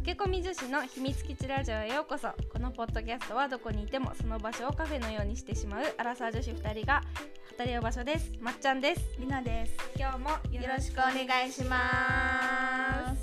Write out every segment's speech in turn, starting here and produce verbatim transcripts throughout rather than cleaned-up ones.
駆け込み女子の秘密基地ラジオへようこそ。このポッドキャストはどこにいてもその場所をカフェのようにしてしまうアラサー女子ふたりが語り合う場所です。まっちゃんです。 りなです。 今日もよよろしくお願いします。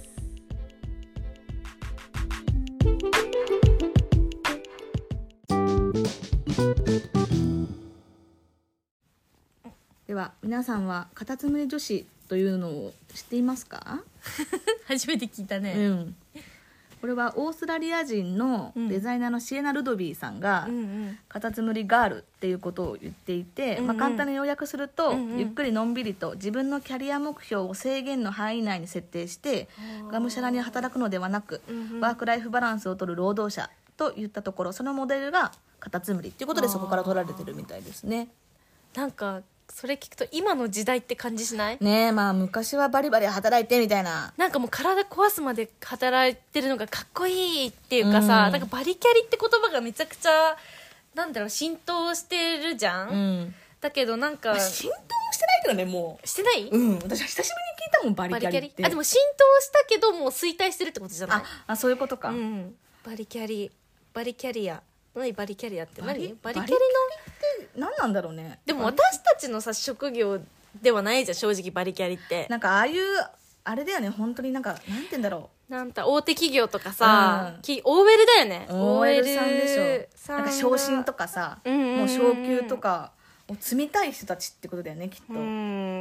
では皆さんはカタツムリ女子というのを知っていますか？ 初めて聞いたね。 うん、これはオーストラリア人のデザイナーのシエナ・ルドビーさんが、 うんうん、 カタツムリガールっていうことを言っていて、 うんうん、 まあ、簡単に要約すると、 うんうん、 ゆっくりのんびりと自分のキャリア目標を制限の範囲内に設定してがむしゃらに働くのではなく、 うんうん、 ワークライフバランスを取る労働者といったところ、そのモデルがカタツムリっていうことでそこから取られてるみたいですね。 なんかそれ聞くと今の時代って感じしない？ ねえ、まあ昔はバリバリ働いてみたいな、 なんかもう体壊すまで働いてるのがかっこいいっていうかさ、うん、なんかバリキャリって言葉がめちゃくちゃなんだろう浸透してるじゃん、うん、だけどなんか浸透してないけどね、もうしてない？ うん、私は久しぶりに聞いたもん、バリキャリって。 あ、でも浸透したけどもう衰退してるってことじゃない？ ああ、そういうことか、 うん、バリキャリバリキャリア何バリキャリアって何？バリバリキャリのって何なんだろうね。 でも私たちのさ職業ではないじゃん、正直バリキャリって。 なんかああいうあれだよね、本当になんかなんて言うんだろう、なんだ大手企業とかさ、 うん、 き オーエル だよね。 オーエル さんでしょ。なんか昇進とかさ、うんうんうん、もう昇給とかを積みたい人たちってことだよね、きっと。うん、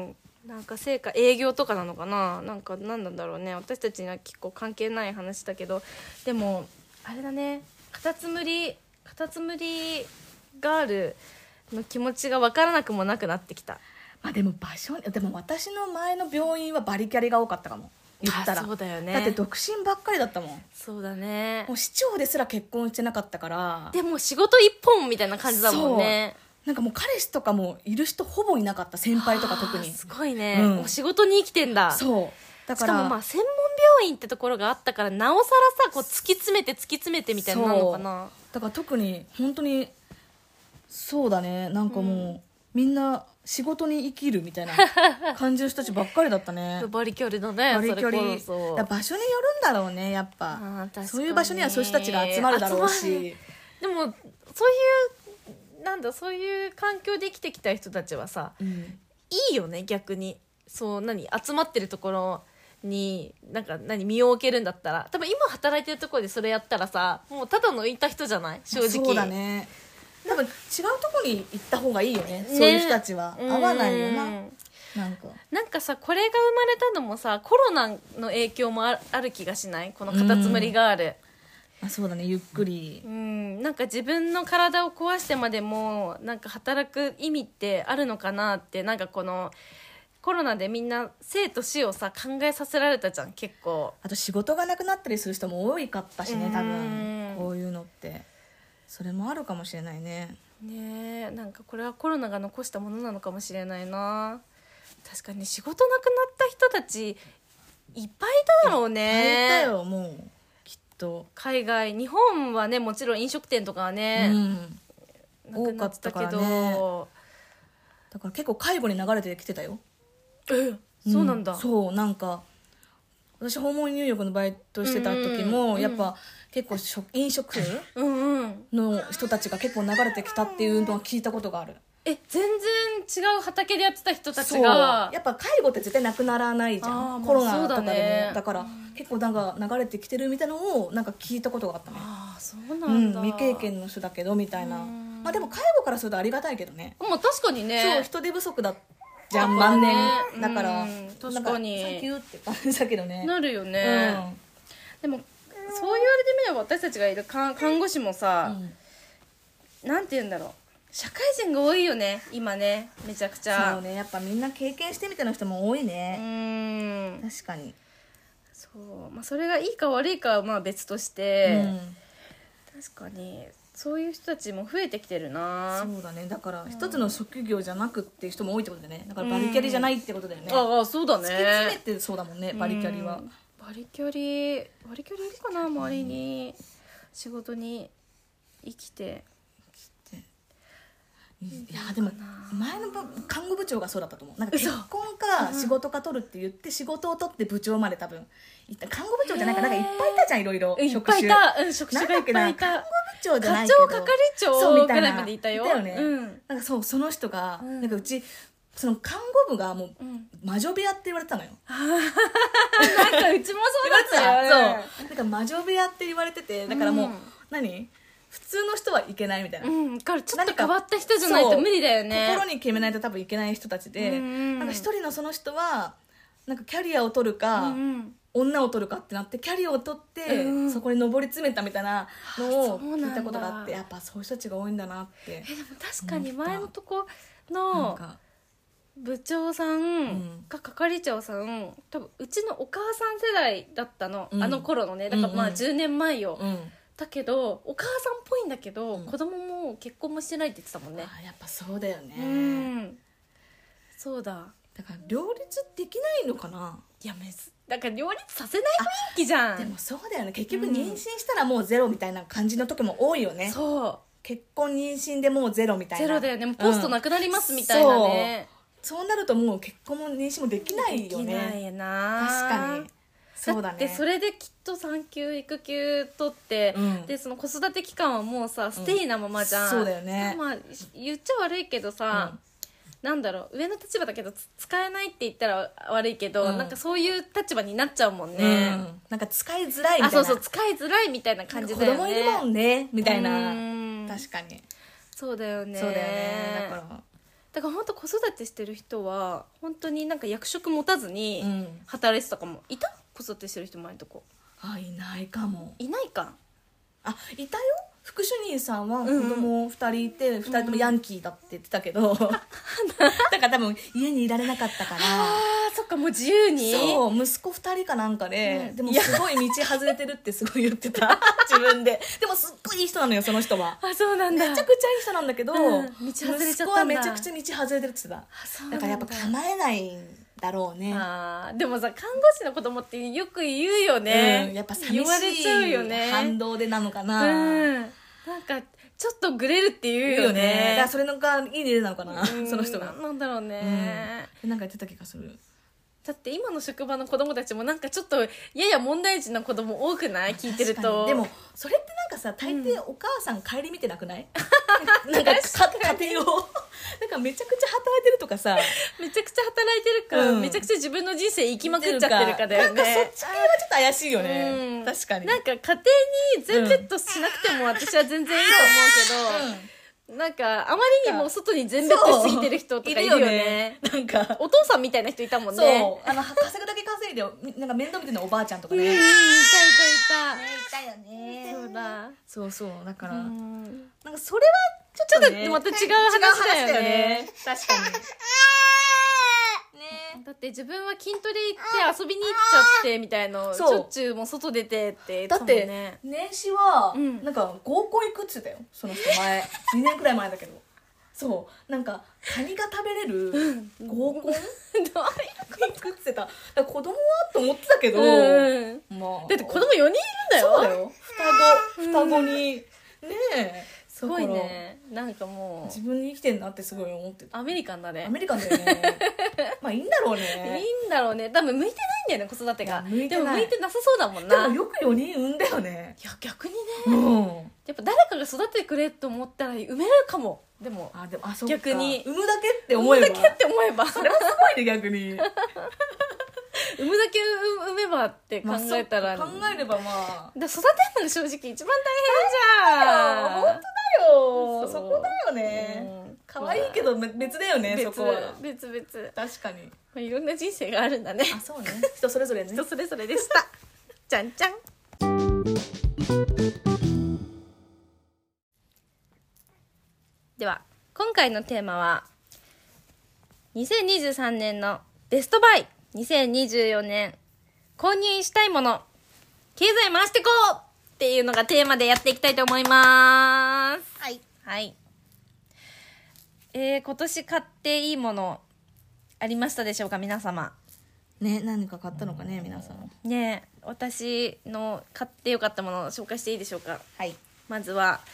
なんか成果営業とかなのかな、なんか何なんだろうね。私たちには結構関係ない話だけど、でもあれだね、カタツムリカタツムリガールの気持ちが分からなくもなくなってきた。 まあ、でも場所でも私の前の病院はバリキャリが多かったかも、言ったら。 あ、そうだよね。 だって独身ばっかりだったもん。 そうだね。 もう市長ですら結婚してなかったから。 でも仕事一本みたいな感じだもんね。 なんかもう彼氏とかもいる人ほぼいなかった、先輩とか特に。 すごいね、うん、もう仕事に生きてんだ。 そうだから、 しかもまあ専門病院ってところがあったからなおさらさ、こう突き詰めて突き詰めてみたいなのかな。 だから特に本当にそうだね、なんかもう、うん、みんな仕事に生きるみたいな感じの人たちばっかりだったね。 バリキャリだね。 バリキャリ。それ場所によるんだろうね、やっぱ。そういう場所にはそういう人たちが集まるだろうし。 でもそういうなんだそういう環境で生きてきた人たちはさ、うん、いいよね逆に。そう何集まってるところになんか何身を置けるんだったら、多分今働いてるところでそれやったらさ、もうただのいた人じゃない正直。 そうだね。多分違うとこに行った方がいいよね、そういう人たちは。合わないよな。なんかなんかさ、これが生まれたのもさ、コロナの影響も あ, ある気がしない？このカタツムリガール。 あ、そうだね、ゆっくり。 うん、なんか自分の体を壊してまでもなんか働く意味ってあるのかなって。なんかこのコロナでみんな生と死をさ考えさせられたじゃん、結構。 あと仕事がなくなったりする人も多いかったしね、多分こういうのってそれもあるかもしれないね。 ねえ、なんかこれはコロナが残したものなのかもしれないな。確かに仕事なくなった人たちいっぱいいただろうね。 いっぱいいたよ、もうきっと。 海外、日本はねもちろん飲食店とかはね、うん、なくなったけど、多かったからね。 だから結構介護に流れてきてたよ。 え、そうなんだ、 うん、そう、なんか私訪問入浴のバイトしてた時も、うんうん、やっぱ結構食飲食の人たちが結構流れてきたっていうのは聞いたことがある。 え、全然違う畑でやってた人たちが。 やっぱ介護って絶対なくならないじゃん、コロナとかでも、ね、だから結構なんか流れてきてるみたいなのをなんか聞いたことがあったね。 ああ、そうなんだ、 うん、未経験の人だけどみたいな。まあでも介護からするとありがたいけどね。 まあ確かにね。 そう、人手不足だじゃん、万年、ね、だから、 うん、確かにサンキューって感じだけどね。 なるよね、うん、でもそう言われてみれば私たちがいる看護師もさ、うん、なんて言うんだろう、社会人が多いよね今ね、めちゃくちゃ。 そうね、やっぱみんな経験してみたいな人も多いね。うん、確かに。 そう、まあ、それがいいか悪いかはまあ別として、うん、確かにそういう人たちも増えてきてるな。 そうだね、だから一つの職業じゃなくっていう人も多いってことだよね。だからバリキャリじゃないってことだよね。 うん、ああ、そうだね。 突き詰めてそうだもんね、バリキャリは。 バリキャリバリキャリいるかな、周りに。仕事に生きていやでも前の看護部長がそうだったと思う。なんか結婚か仕事か取るって言って仕事を取って部長まで多分行った。看護部長じゃないかなんかいっぱいいたじゃん、いろいろ職種。 いっぱいいた、うん、職種がいっぱいいた。 看護部長じゃないけど課長係長ぐらいまでいたよ。 いたよね、 うん、 なんかそうその人が、うん、なんかうちその看護部がもう、うん、魔女部屋って言われてたのよ。 なんかうちもそうだったよね。 そうなんか魔女部屋って言われてて、だからもう、うん、何普通の人はいけないみたいな、うん、からちょっと変わった人じゃないと無理だよね。心に決めないと多分いけない人たちで、うんうん、なんか一人のその人はなんかキャリアを取るか、うんうん、女を取るかってなってキャリアを取って、うん、そこに上り詰めたみたいなのを聞いたことがあって、やっぱそういう人たちが多いんだなって。 えでも確かに前のとこの部長さんが係長さん、多分うちのお母さん世代だったの、うん、あの頃のね。だからまあじゅうねんまえよ、うん、だけどお母さんっぽいんだけど、うん、子供も結婚もしてないって言ってたもんね。 あやっぱそうだよね、 うん、そうだ。 だから両立できないのかな。 いやめずだから両立させない雰囲気じゃん。 でもそうだよね、結局妊娠したらもうゼロみたいな感じの時も多いよね、 うん、そう結婚妊娠でもうゼロみたいな。 ゼロだよね、もうポストなくなりますみたいなね、 うん、そう、そうなるともう結婚も妊娠もできないよね。 できないな。 確かにそうだね。 でそれできっと産休育休取って、うん、でその子育て期間はもうさステイなままじゃん、 うん、そうだよね。 まあ言っちゃ悪いけどさ、うん、なんだろう上の立場だけど使えないって言ったら悪いけど、うん、なんかそういう立場になっちゃうもんね、うん、 なんか使いづらいみたいな。 あそうそう使いづらいみたいな感じだよね。 子供いるもんねみたいな。確かにそうだよね。 そうだよね。だからだから本当子育てしてる人は本当になんか役職持たずに働いてたかも、いた子育てしてる人前のとこ。 あいないかも。 いないか。 あいたよ。副主任さんは子供ふたりいて、うん、ふたりともヤンキーだって言ってたけど、うん、だから多分家にいられなかったからあーそっかもう自由に。 そう息子ふたりかなんかで、うん、でもすごい道外れてるってすごい言ってた自分で。でもすっごいいい人なのよその人は。 あそうなんだ。 めちゃくちゃいい人なんだけど、うん、 道外れちゃったんだ。 息子はめちゃくちゃ道外れてるって言ってた。だからやっぱ構えないんだろうね。 あでもさ看護師の子供ってよく言うよね、 うん、やっぱ寂しい反動でなのかな、 うん、なんかちょっとグレるって言うよね。よねだからそれのがいい例なのかな、うん、その人がなんだろうね、 うん、なんか言ってた気がする。 だって今の職場の子供たちもなんかちょっとやや問題児な子供多くない？聞いてると。 でもそれってなんかさ大抵お母さん顧みてなくない？うん、なんか家庭をなんかめちゃくちゃ働いてるとかさめちゃくちゃ働いてるか、うん、めちゃくちゃ自分の人生生きまくっちゃってるかだよね。 なんかそっち系はちょっと怪しいよね、うん、確かに。 なんか家庭に全ベッドしなくても私は全然いいと思うけど、うんうんなんかあまりにも外に全ベッドしすぎてる人とかいるよね。 なんかお父さんみたいな人いたもんね。 そうあの稼ぐだけ稼いでなんか面倒見てるのおばあちゃんとかね。 うんいたいたいた、 ね、いたよね。 そうだそうそうだからなんかそれはちょっと、ね、ちょっとまた違う話だよね。 確かに。 ね、だって自分は筋トレ行って遊びに行っちゃってみたいのしょっちゅうも外出てって言ってたもんね。 だって年始はなんか合コン行くって言ってたよその人前にねんくらい前だけどそうなんかカニが食べれる合コンどういう行くって言ってた。だから子供はと思ってたけど、うんまあ、だって子供よにんいるんだよ。 そうだよ双子双子にねえすごいね。なんかもう自分に生きてんなってすごい思ってた。 アメリカンだね。 アメリカンだよねまあいいんだろうね。 いいんだろうね。多分向いてないんだよね子育てが。 向いてない。 でも向いてなさそうだもんな。 でもよくよにん産んだよね。 いや逆にね、 うん、 やっぱ誰かが育ててくれと思ったら産めるかも。でもあでもあそっか逆に産むだけって思えば産むだけって思えばそれはすごいね逆に産むだけ産めばって考えたら、 まあ、考えればまあだ育てるの正直一番大変じゃん。 本当だよ そ, そこだよね、うん、可愛いけど別だよね、そこは別々 確かに、 まあ、いろんな人生があるんだね。 あそうね人それぞれね人それぞれでしたじゃんじゃん。では今回のテーマはにせんにじゅうさんねんのベストバイにせんにじゅうよねん購入したいもの経済回してこうっていうのがテーマでやっていきたいと思います。 はい、 はい、えー、今年買っていいものありましたでしょうか皆様ね。何か買ったのかね皆さんね。私の買ってよかったものを紹介していいでしょうか。 はい。 まずは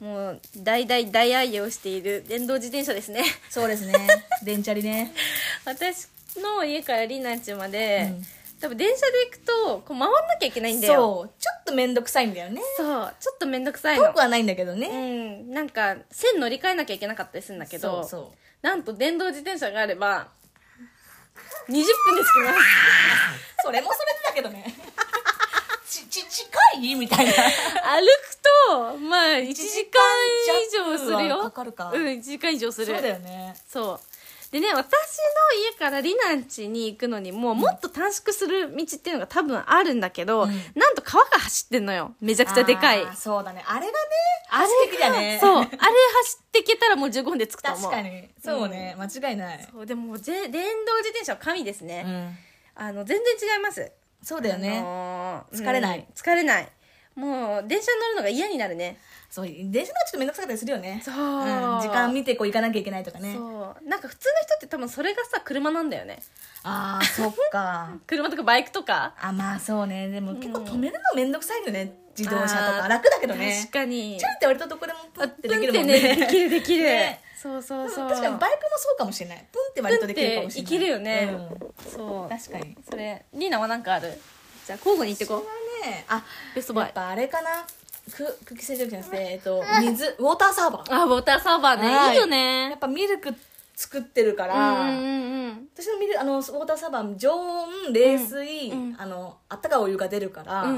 もう大大大愛用している電動自転車ですね。 そうですね。電チャリね。 私の家からりなちまで、 うん、 多分電車で行くとこう回んなきゃいけないんだよ。 そうちょっとめんどくさいんだよね。 そうちょっとめんどくさいの。 遠くはないんだけどね。 うんなんか線乗り換えなきゃいけなかったりするんだけど、 そうそうなんと電動自転車があればにじゅっぷんで着きます。 それもそれでだけどね。ちち近いみたいな。 歩くとまあいちじかん以上するよ。 かかるか。 うんいちじかん以上する。 そうだよね。 そうでね、私の家からりなんちに行くのにももっと短縮する道っていうのが多分あるんだけど、うん、なんと川が走ってんのよ。めちゃくちゃでかい。 あそうだね。あれがねあれ走ってきたね。 そうあれ走ってきたらもうじゅうごふんで着くと思う。 確かにそうね、うん、間違いない。 そうでも電動自転車は神ですね、うん、あの全然違います。 そうだよね、あのー、疲れない、 うん、疲れない。もう電車に乗るのが嫌になるね。 そう電車がちょっと面倒くさかったりするよね。 そう、 うん、時間見てこう行かなきゃいけないとかね。 そうなんか普通の人って多分それがさ車なんだよね。 あーそっか。 車とかバイクとか。 あまあそうね。でも結構止めるの面倒くさいよね、自動車とか。楽だけどね。 確かにチャリって割とどこでもプンってできるもんね。 ねできるできる、ね、そうそうそう。 確かにバイクもそうかもしれない。プンって割とできるかもしれない。 いけるよね、 うん、 そう確かに。 それリーナは何かある？じゃあ交互に言ってこう。 それはね、あベストバイ。 やっぱあれかな、く空気清浄機じゃなくて、えっと、水ウォーターサーバー。 あウォーターサーバーね、いいよね。 やっぱミルク作ってるから、 うんうんうん、 私のミルあのウォーターサーバー常温冷水、うん、あのあったかいお湯が出るから、うんうん、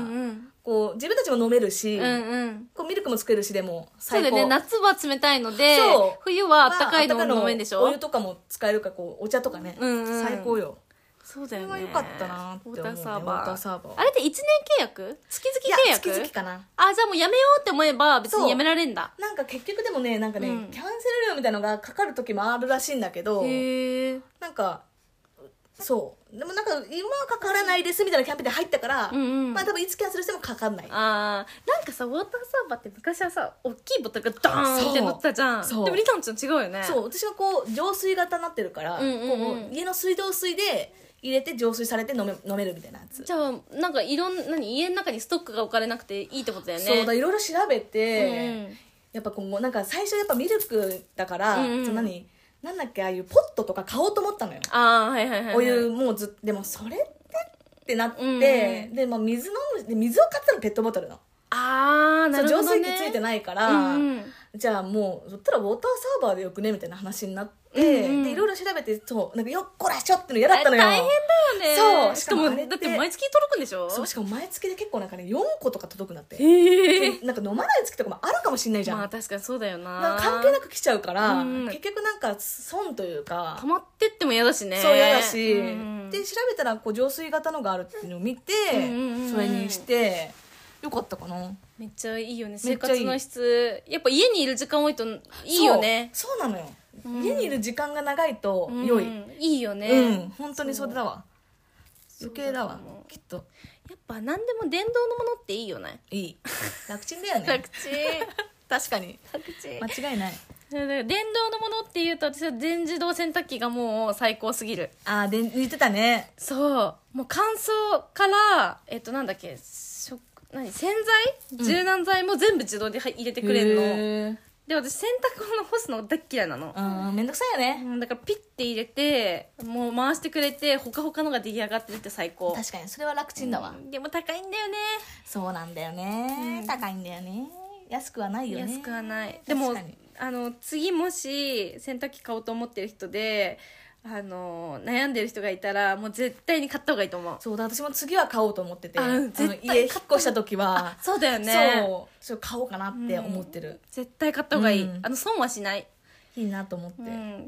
こう自分たちも飲めるし、うんうん、こうミルクも作れるし、でも最高。 そうだね、夏は冷たいので冬はあったかいの飲めるんでしょ。 お湯とかも使えるか、こうお茶とかね、うんうん、最高よ。 そうだよね。 それは良かったなって思う、ね、 ウォーターサーバー。 ウォーターサーバーあれっていちねん契約？月々契約？ 月々かな。 あ、じゃあもうやめようって思えば別にやめられんだ。 なんか結局でもね、なんかね、うん、キャンセル料みたいなのがかかる時もあるらしいんだけど、へー、なんかそうでもなんか今はかからないですみたいなキャンペーンで入ったから、うんうん、まあ多分いつキャンセルしてもかかんない。 あー、なんかさウォーターサーバーって昔はさ大きいボトルがドーンって乗ってたじゃん。でもリタンちゃん違うよね。 そう私はこう浄水型になってるから、うんうんうん、こう家の水道水で入れて浄水されて飲め、飲めるみたいなやつ。 じゃあなんかいろんな家の中にストックが置かれなくていいってことだよね。 そうだ、いろいろ調べて、うん、やっぱこうなんか最初やっぱミルクだから、うんうん、その何なんだっけ、ああいうポットとか買おうと思ったのよ。 あ、はいはいはいはい、 お湯もうずでもそれってってなって、うんうん、で、まあ、水飲むで水を買ったのペットボトルの。 あーなるほどね。 浄水器ついてないから、うんうん、じゃあもうそったらウォーターサーバーでよくねみたいな話になって、うんうん、でいろいろ調べて、そうなんかよっこらしょっての嫌だったのよ。 大変だよね。 そうしかもだって毎月届くんでしょ。 そうしかも毎月で結構なんかねよんことか届くんだって。へえ。なんか飲まない月とかもあるかもしんないじゃん。 まあ確かにそうだよな。 なんか関係なく来ちゃうから、うん、結局なんか損というか溜まってっても嫌だしね。 そう嫌だし、うん、で調べたらこう浄水型のがあるっていうのを見て、うんうんうん、それにしてよかったかな。 めっちゃいいよね。生活の質やっぱ家にいる時間多いといいよね。 そう、そうなのよ、うん、家にいる時間が長いと良い、うん、 いいよね。 うん本当にそれだわ。余計だわきっと。 やっぱ何でも電動のものっていいよね。 いい楽ちんだよね。 楽ちん確かに楽ちん間違いない。 電動のものっていうと私は全自動洗濯機がもう最高すぎる。 ああ言ってたね。 そうもう乾燥からえっとなんだっけ何洗剤、柔軟剤も全部自動で入れてくれるの、うん、で私洗濯物干すの大っ嫌いなの。 うんめんどくさいよね、 うん、だからピッて入れてもう回してくれてほかほかのが出来上がってるって最高。 確かにそれは楽ちんだわ、 うん、でも高いんだよね。 そうなんだよね、うん、高いんだよね。安くはないよね。 安くはない。でもあの次もし洗濯機買おうと思ってる人であの悩んでる人がいたらもう絶対に買った方がいいと思う。 そうだ私も次は買おうと思ってて、 あの絶対家引っ越した時はそうだよね。 そうそれ買おうかなって思ってる、うん、 絶対買った方がいい、うん、あの損はしない。 いいなと思って、うん、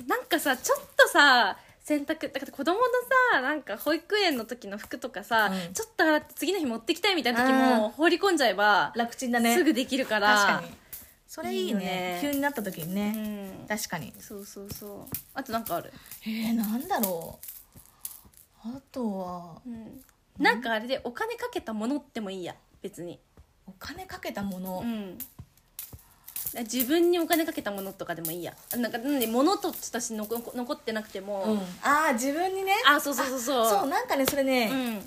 なんかさちょっとさ洗濯だから子供のさなんか保育園の時の服とかさ、うん、ちょっと洗って次の日持ってきたいみたいな時も放り込んじゃえば楽ちんだね。 すぐできるから。 確かにそれいい ね, いいね急になった時にね、うん、確かに。 そうそうそう。あとなんかある？ えー、なんだろう。あとは、 うん、なんかあれでお金かけたものってもいいや別に。 お金かけたもの、うん、 自分にお金かけたものとかでもいいや。なんかなんで物と私の残ってなくても、うん、 ああ自分にね。 あそうそうそうそうそうなんかねそれね、うん、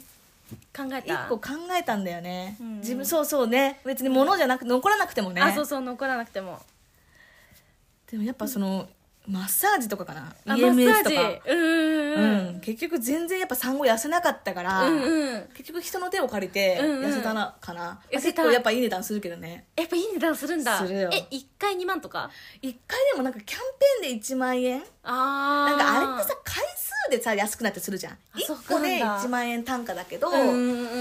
考えた一個考えたんだよね、 うんうん、 自分そうそうね別に物じゃなく残らなくてもね、 あそうそう残らなくてもでもやっぱその、うん、マッサージとかかなイーイーエムエスとかうんうん、 うん、結局全然やっぱ産後痩せなかったから、うんうん、結局人の手を借りて痩せたなかな、うんうん、結構やっぱいい値段するけどねやっぱいい値段するんだするよえいっかいにまんとかいっかいでもなんかキャンペーンでいちまんえんあなんかあれってさ回数でさ安くなってするじゃんいっこでいちまんえん単価だけど、うんうん、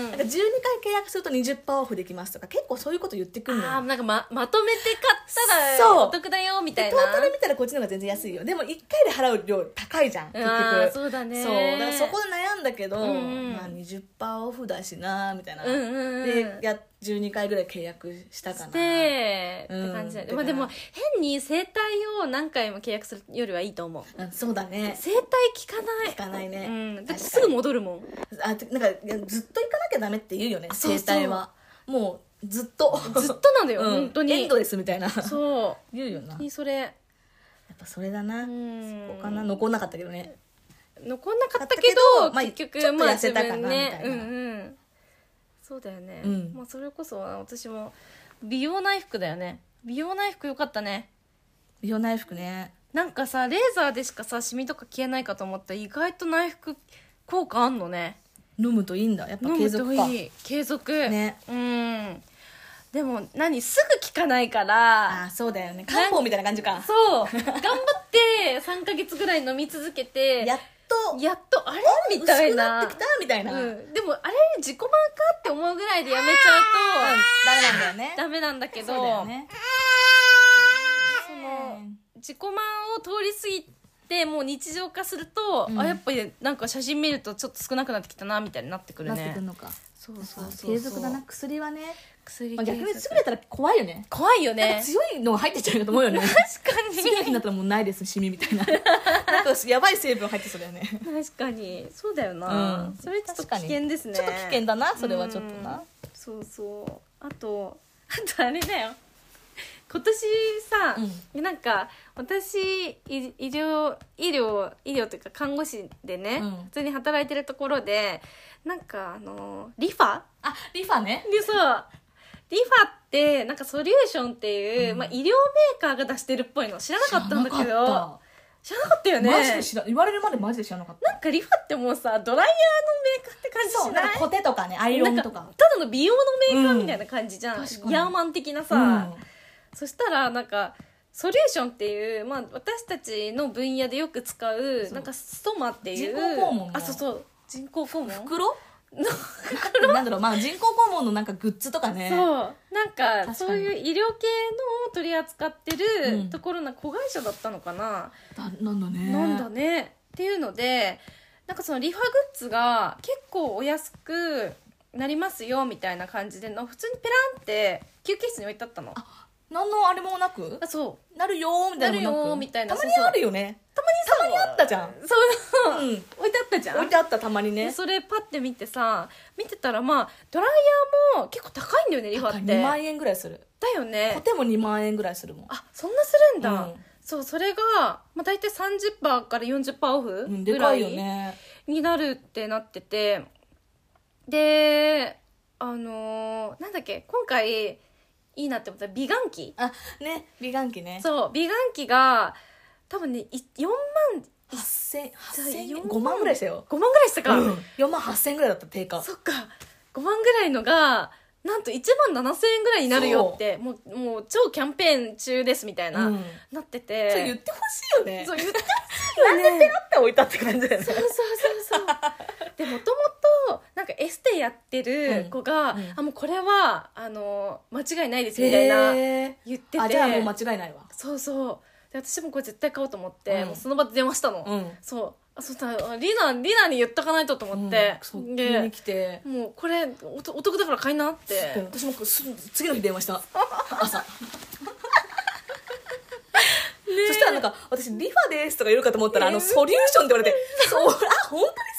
なんかじゅうにかい契約すると にじゅっパーセント オフできますとか結構そういうこと言ってくるのよあなんか ま, まとめて買ったらお得だよみたいなトータル見たらこっちの方が全然安いよでもいっかいで払う量高いじゃん結局そうだねそうだからそこで悩んだけど、うんうんまあ、にじゅっパーセント オフだしなみたいな、うんうんうん、でやじゅうにかいぐらい契約したかなしてって感じだよね、うん、まあ、でも変に整体を何回も契約するよりはいいと思う、 うん、そうだね整体効かない効かないね、 うん、だってすぐ戻るもんあなんかずっと行かなきゃダメって言うよね整体はもうずっとずっとなんだよ、うん、本当にエンドレスみたいなそう言うよなそれやっぱそれだな、うん、そこかな残んなかったけどね残んなかったけど、まあ、結局ちょっと痩せたかなみたいな、ねうんうんそうだよね、 うんまあ、それこそ私も美容内服だよね美容内服よかったね美容内服ねなんかさレーザーでしかさシミとか消えないかと思ったら意外と内服効果あんのね飲むといいんだやっぱ継続か飲むといい継続ねうんでも何すぐ効かないからあそうだよね漢方みたいな感じかそう頑張ってさんかげつぐらい飲み続けてやっとやっとあれみたいな薄くなってきたみたいな、 うん、でもあれ自己満かって思うぐらいでやめちゃうとダメなんだよねダメなんだけどそうだよねその自己満を通り過ぎてもう日常化すると、うん、あやっぱりなんか写真見るとちょっと少なくなってきたなみたいになってくるねなってくるのかそうそうそうそう継続だな薬はね薬、 まあ、逆に優れたら怖いよね怖いよね強いのが入ってっちゃうと思うよね確かに次の日になったらもうないですシミみたいななんかやばい成分入ってそうだよね確かにそうだよな、うん、それちょっと危険ですねちょっと危険だなそれはちょっとな、うん、 そうそうあとあとあれだよ今年さ、うん、なんか私医療医療医療というか看護師でね、うん、普通に働いてるところでなんかあのリファあリファねでそうリファってなんかソリューションっていう、うんまあ、医療メーカーが出してるっぽいの知らなかったんだけど知らなかったよねマジで知ら言われるまでマジで知らなかったなんかリファってもうさドライヤーのメーカーって感じしないそうなんかコテとかねアイロンとかただの美容のメーカーみたいな感じじゃん、うん、ヤーマン的なさ、うんそしたらなんかソリューションっていう、まあ、私たちの分野でよく使うなんかストマっていう人工肛門のあそうそう人工肛門袋なんだろう、まあ、人工肛門のなんかグッズとかねそうなんかそういう医療系のを取り扱ってるところの子会社だったのかな、 うん、なんだねなんだねっていうのでなんかそのリファグッズが結構お安くなりますよみたいな感じでの普通にペランって休憩室に置いてあったのあ何のあれもなくあそうなるよーみたいなのもなくなるよーみたいなたまにあるよねたまにさたまにあったじゃんそうそう、うん、置いてあったじゃん置いてあったたまにねそれパッて見てさ見てたらまあドライヤーも結構高いんだよねリファってにまんえんぐらいするだよねコテもにまんえんぐらいするもんあそんなするんだ、うん、そうそれが、まあ、大体 さんじゅっパーセント から よんじゅっパーセント オフぐらいになるってなっててであのー、なんだっけ今回いいなって思ったら美顔器あね美顔器ねそう美顔器が多分ねよんまんはっせんごまんぐらいしたよごまんぐらいしたか、うん、 よんまんはっせんぐらいだった定価そっかごまんぐらいのがなんといちまんななせんえんぐらいになるよってもう、もう超キャンペーン中ですみたいな、うん、なっててそれ言ってほしいよねそう言ってほしいよねなんでペラって置いたって感じだよねそうそうそうそうでもともとなんかエステやってる子が、うんうん、あもうこれはあの間違いないですみたいな言っててあじゃあもう間違いないわそうそうで私もこれ絶対買おうと思って、うん、もうその場で電話したの、うん、そうあそうだリナリナに言っとかないとと思って、 うん、で急に来てもうこれお, お得だから買いなって私も次の日電話した朝ね、そしたらなんか私リファですとか言うかと思ったら、えー、あのソリューションって言われてそうあ本当にソリューショ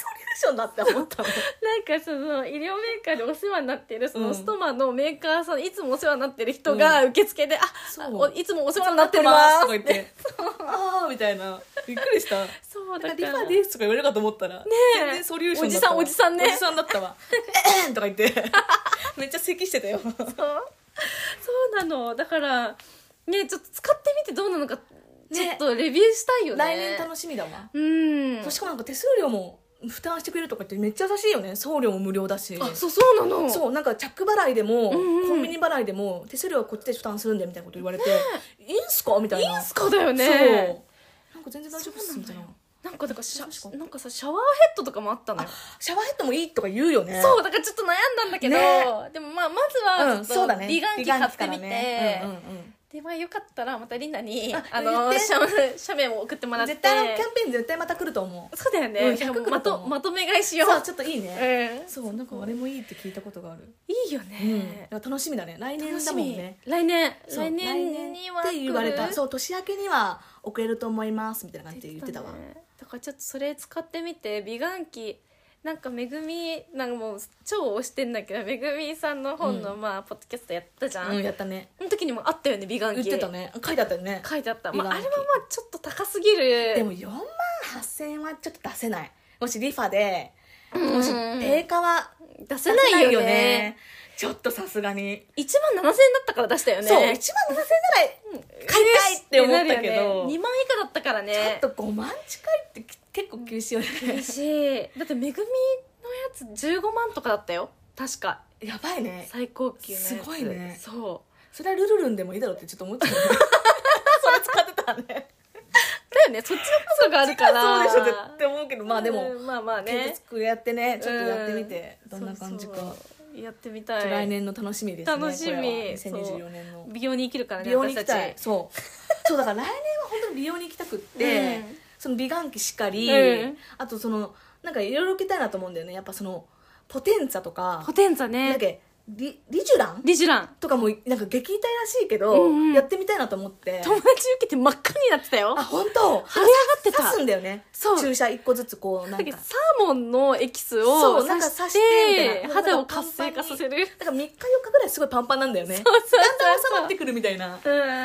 よなって思ったのなんかその医療メーカーでお世話になってるそのストマのメーカーさん、うん、いつもお世話になってる人が受付で、うん、あそういつもお世話になってますとか言ってああみたいなびっくりしたそうだからリファですとか言われるかと思ったら、ね、全然ソリューションだったわおじさんおじさんねおじさんだったわえーんとか言ってめっちゃ咳してたよそうそうなのだからねちょっと使ってみてどうなのかちょっとレビューしたいよね来年楽しみだわうんしかもなんか手数料も負担してくれるとかってめっちゃ優しいよね送料も無料だしあそうそうなのそうなんかチャック払いでも、うんうん、コンビニ払いでも手数料はこっちで負担するんでみたいなこと言われて、ね、いいんすかみたいないいんすかだよねそうなんか全然大丈夫っすみたいななんかだからシャなんかさシャワーヘッドとかもあったのよシャワーヘッドもいいとか言うよねそうだからちょっと悩んだんだけど、ね、でもまあまずはちょっと美顔器買ってみて、ねうんうんうん、でまあよかったらまたリナにああの写メを送ってもらって絶対キャンペーン絶対また来ると思うそうだよね、うん、まとまとめ買いしようそうちょっといいね、うん、そうなんかあれもいいって聞いたことがあるいいよね、 うん、楽しみだね来年だもんね来年来年にはって言われたそう年明けには送れると思いますみたいな感じで言ってたわだからちょっとそれ使ってみて美顔器なんかめぐみなんかもう超推してんだけどめぐみさんの本の、うん、まあポッドキャストやったじゃん、 うん、やったねその時にもあったよね美顔器言ってたね書いてあったよね書いてあった、まあ、あれはまあちょっと高すぎるでもよんまんはっせんえんはちょっと出せないもしリファでもし定価は出せないよ ね, よねちょっとさすがにいちまんななせんえんだったから出したよねそういちまんななせんえんぐらい買いたいって思ったけど、 ね、にまん以下だったからねちょっとごまん近いって結構厳しいよね厳しいだってめぐみのやつじゅうごまんとかだったよ確かやばいね最高級のやつすごいねそうそれはルルルンでもいいだろうってちょっと思っちゃうそれ使ってたねだよねそっちのことがあるからそうでしょって思うけどまあでもまあまあねつくやってねちょっとやってみてどんな感じかそうそうやってみたい来年の楽しみですね楽しみにせんにじゅうよねんの美容に生きるからね美容に行きたいそうそうだから来年は本当に美容に行きたくって、うん、その美顔器しかり、うん、あとそのなんかいろいろ受けたいなと思うんだよねやっぱそのポテンツァとかポテンツァねなんかリ, リジュランリジュランとかもなんか激痛らしいけど、うんうん、やってみたいなと思って友達受けて真っ赤になってたよあ本当腫れ上がってた刺すんだよねそう注射いっこずつこうなんかサーモンのエキスを刺して肌を活性化させるだからみっかよっかぐらいすごいパンパンなんだよねそうそうそうそうだんだん収まってくるみたいな、うん、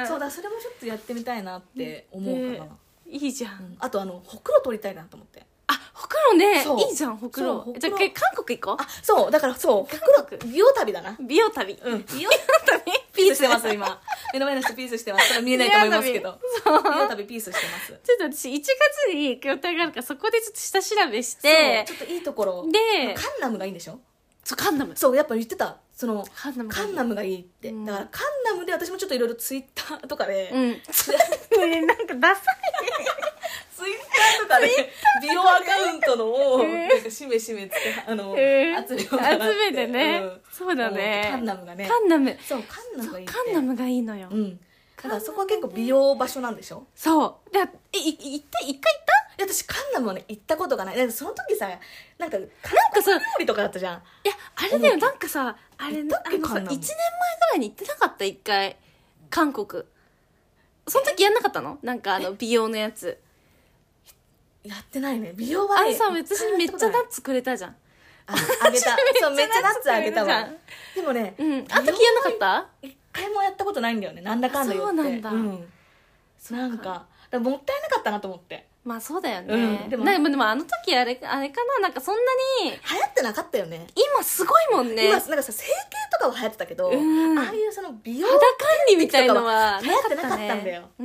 そうだそれもちょっとやってみたいなって思うかな、えー、いいじゃん、うん、 あとあのほくろ取りたいなと思ってあほくろねいいじゃんほくろじゃあ韓国行こうあそうだからそうほくろ美容旅だな美容旅うん美容旅ピースしてます今目の前の人ピースしてます見えないと思いますけど美容旅ピースしてますちょっと私いちがつに行く予定があるからそこでちょっと下調べしてちょっといいところでカンナムがいいんでしょそうカンナムそうやっぱ言ってたそのカンナムカンナムがいいって、うん、だからカンナムで私もちょっといろいろツイッターとかでうんなんかダサいツイッターとかで美容アカウントのをなんかしめしめつってあの、えー、集めようかなって集めてね、うん、そうだねカンナムがねカンナムそうカンナムがいいってカンナムがいいのよ、 うん、だからそこは結構美容場所なんでしょそうでえい行って一回行ったいや私カンナムはね行ったことがないだからその時さなんかなんかさ料理とかだったじゃんいやあれだよなんかさあれあのさいちねんまえぐらいに行ってなかった一回韓国その時やんなかったのなんかあの美容のやつやってないね美容はねあれさ別にめっちゃナッツくれたじゃんああげたそうめっちゃナッツあげたわでもね、 うん、あの時やんなかった一回もやったことないんだよねなんだかんだ言ってそうなんだ、うん、 なんかだもったいなかったなと思ってまあそうだよね、 うん、でもでもでもあの時あれあれかななんかそんなに流行ってなかったよね今すごいもんね今なんかさ整形とかは流行ってたけど、うん、ああいうその美容肌管理みたいのは流行ってなかったんだよ、 うん、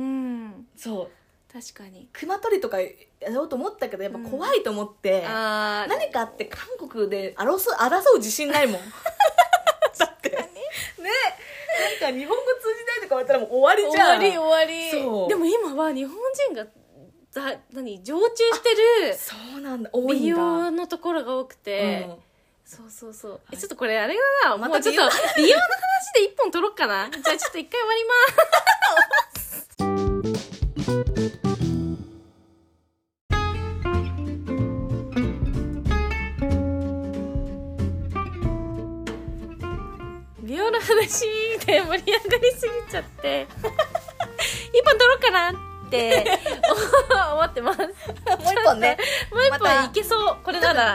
そう確かに熊取りとかやろうと思ったけどやっぱ怖いと思って、うん、あ何かあって韓国で争う争う自信ないもんだってねなんか日本語通じないとか言われたらもう終わりじゃん終わり終わりそうでも今は日本人がざ何常駐してるそうなんだ多いんだ美容のところが多くて、うん、そうそうそうえちょっとこれあれだな、ま、もうちょっと美容の話で一本取ろっかなじゃあちょっと一回終わります美容の話で盛り上がりすぎちゃって一本取ろうかなって思ってます。もう一本ね。 もう一本いけそう。これなら全然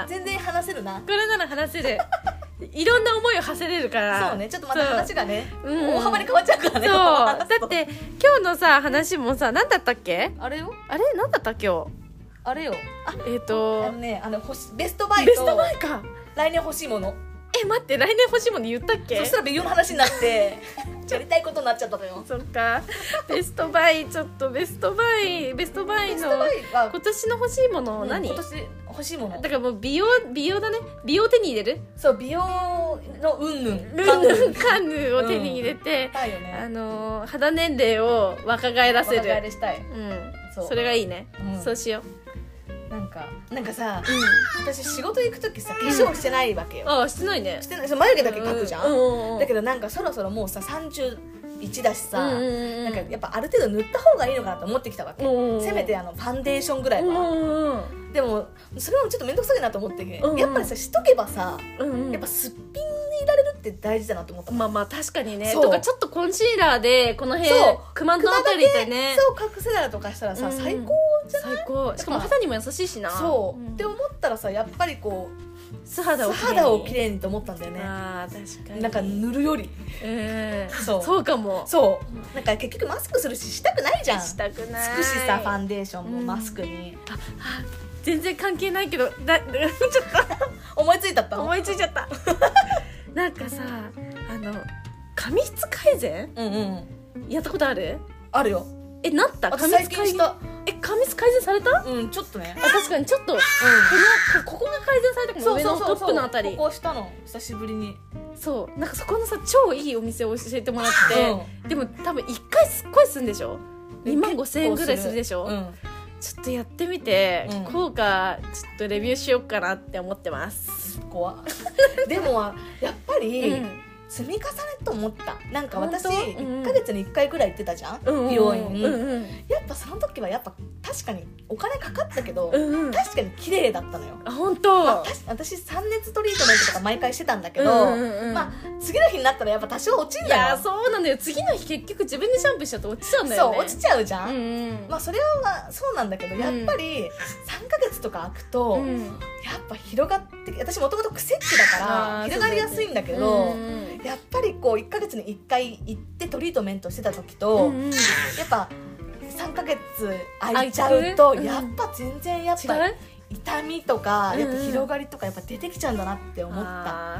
話せるな。 これなら話せるいろんな思いを馳せれるから。 そうね、ちょっとまた話がね、 うん、 大幅に変わっちゃうからね。 そうだって今日のさ話もさ、何だったっけ。 あれよ、 あれ何だった今日。 あれよ、あえっ、ー、とあのね、あのベストバイとベストバイか、 来年欲しいもの。 え待って、来年欲しいもの言ったっけ。 そしたら美容の話になってやりたいことになっちゃったのよ。 そっか、ベストバイ、ちょっとベストバイベストバイの今年の欲しいもの何、 うん、今年欲しいものだからもう美容美容だね。美容手に入れる。 そう美容のうんぬんうんぬんかんぬんを手に入れて、 うんね、 あのー、肌年齢を若返らせる。 若返りしたい、 うん、そう、それがいいね、うん、そうしよう。 なんかなんかさ、うん、私仕事行く時さ化粧してないわけよ、うん、 ああしてないね。 してない、眉毛だけ描くじゃん、 うん、 だけどなんかそろそろもうささんじゅういちだしさ、うん、なんかやっぱある程度塗った方がいいのかなと思ってきたわけ、うん、せめてあのファンデーションぐらいは、うん、でもそれもちょっと面倒くさいなと思って、うん、やっぱりさしとけばさ、うん、やっぱすっぴんでいられるって大事だなと思った。 まあまあ確かにね。とかちょっとコンシーラーでこの辺クマのあたりでね、 そう隠せたりとかしたらさ、うん、最高じゃない。 最高。しかも肌にも優しいしな。 そう、 うん、 って思ったらさ、やっぱりこう素肌をきれいに、 素肌をきれいにと思ったんだよね。 あー確かに。 なんか塗るより、 えー、そうそうかも。 そうなんか結局マスクするししたくないじゃん。 したくない。 つくしさ、ファンデーションもマスクに、 うん、ああ全然関係ないけどだちょっと思いついたった思いついちゃったなんかさ、あの髪質改善、うんうん、やったことある？あるよ。 え、なった？ 髪質改善。 え、髪質改善された？ うん、ちょっとね。 あ、確かにちょっと、うん、このここが改善されたかも。上のトップのあたり。 ここしたの久しぶりに。 そう、なんかそこのさ超いいお店を教えてもらって、うん、でも多分いっかいすっごいするんでしょ？にまんごせんえんぐらいするでしょ？うん、ちょっとやってみて、うん、効果ちょっとレビューしようかなって思ってます。 怖でもやっぱり、うん、積み重ねと思った。なんか私いっかげつにいっかいくらい行ってたじゃん、うん、美容院、うんうん、やっぱその時はやっぱ確かにお金かかったけど、うんうん、確かに綺麗だったのよ。 あ、本当、まあ、 私さん熱トリートメントとか毎回してたんだけど、うんうんうん、まあ次の日になったらやっぱ多少落ちんだよ。 いやそうなんだよ。次の日結局自分でシャンプーしちゃうと落ちちゃうんだよね。 そう落ちちゃうじゃん、うんうん、まあそれはまあそうなんだけど、やっぱりさんかげつとか空くと、うん、やっぱ広がって、私もともと癖っ気だから広がりやすいんだけど、ね、うん、やっぱりこういっかげつにいっかい行ってトリートメントしてた時と、うんうん、やっぱさんかげつ空いちゃうと、やっぱ全然やっぱ痛みとかやっぱ広がりとかやっぱ出てきちゃうんだなって思った、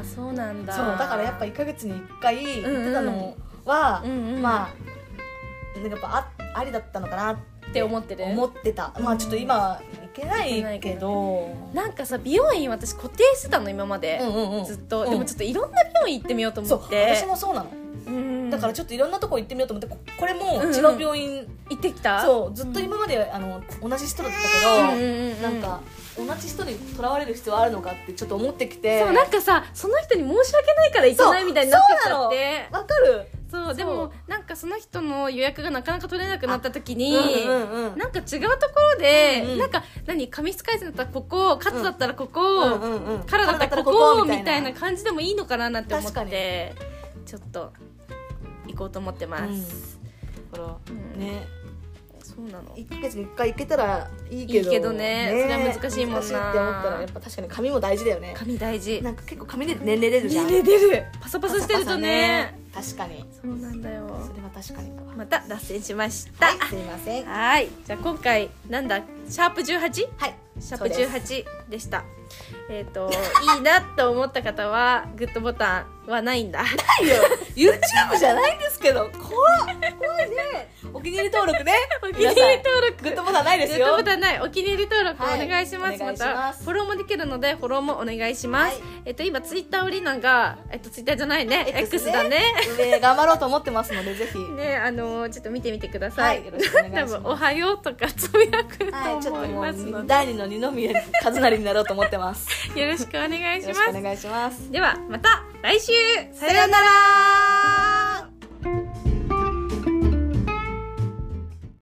うん、あ、そうなんだ。 そうだからやっぱいっかげつにいっかい行ってたのは、うんうん、まあやっぱ あ, ありだったのかなって思ってる思ってた。まあちょっと今はいけないけど、 なんかさ美容院私固定してたの今まで、うんうんうん、ずっと、うん、でもちょっといろんな美容院行ってみようと思って。 そう私もそうなの、うん、だからちょっといろんなとこ行ってみようと思って、こ, これも違う病院、うんうん、 行ってきた。 そうずっと今まであの同じ人だったけど、うんうんうん、なんか同じ人にとらわれる必要あるのかってちょっと思ってきて、 そうなんかさその人に申し訳ないから行かないみたいになってきちゃって。 わかる。 そうでもなんかその人の予約がなかなか取れなくなった時に、うんうんうん、なんか違うところで、うんうん、なんか何髪質改善だったらここ、カツだったらここ、うんうんうん、カラーだったらここみたいな感じでもいいのかななんて思ってちょっと行こうと思ってます、 うん、だから、うん、ねそうなの。 いっかげつにいっかい行けたらいいけど、 いいけどね、ね、それは難しいもんな。難しいって思ったらやっぱ確かに髪も大事だよね。 髪大事。 なんか結構髪で年齢出るじゃん。 年齢出る。パサパサしてるとね。 パサパサね、確かにそうなんだよ。 それは確かに。 また脱線しました、はい、 すいません。 はい、じゃあ今回なんだシャープじゅうはち、 はい、 シャープじゅうはちでした。えっ、ー、といいなと思った方はグッドボタンはないんだ。 ないよ。YouTube じゃないんですけど。怖い怖いね。お気に入り登録ね。 お気に入り登録。 グッドボタンないですよ。 グッドボタンない。お気に入り登録お願いします。 はい、 またフォローもできるのでフォローもお願いします。はい、えっ、ー、と今ツイッターオリナがえっ、ー、とツイッターじゃないね。X だね。 上頑張ろうと思ってますのでぜひねあのー、ちょっと見てみてください。 はい、よろしくお願いします。 多分おはようとかつぶやくと思いますので。はい、ちょっともう第二の二宮和也になろうと思ってます。 よろしくお願いします。 よろしくお願いします。 ではまた来週。 さようなら。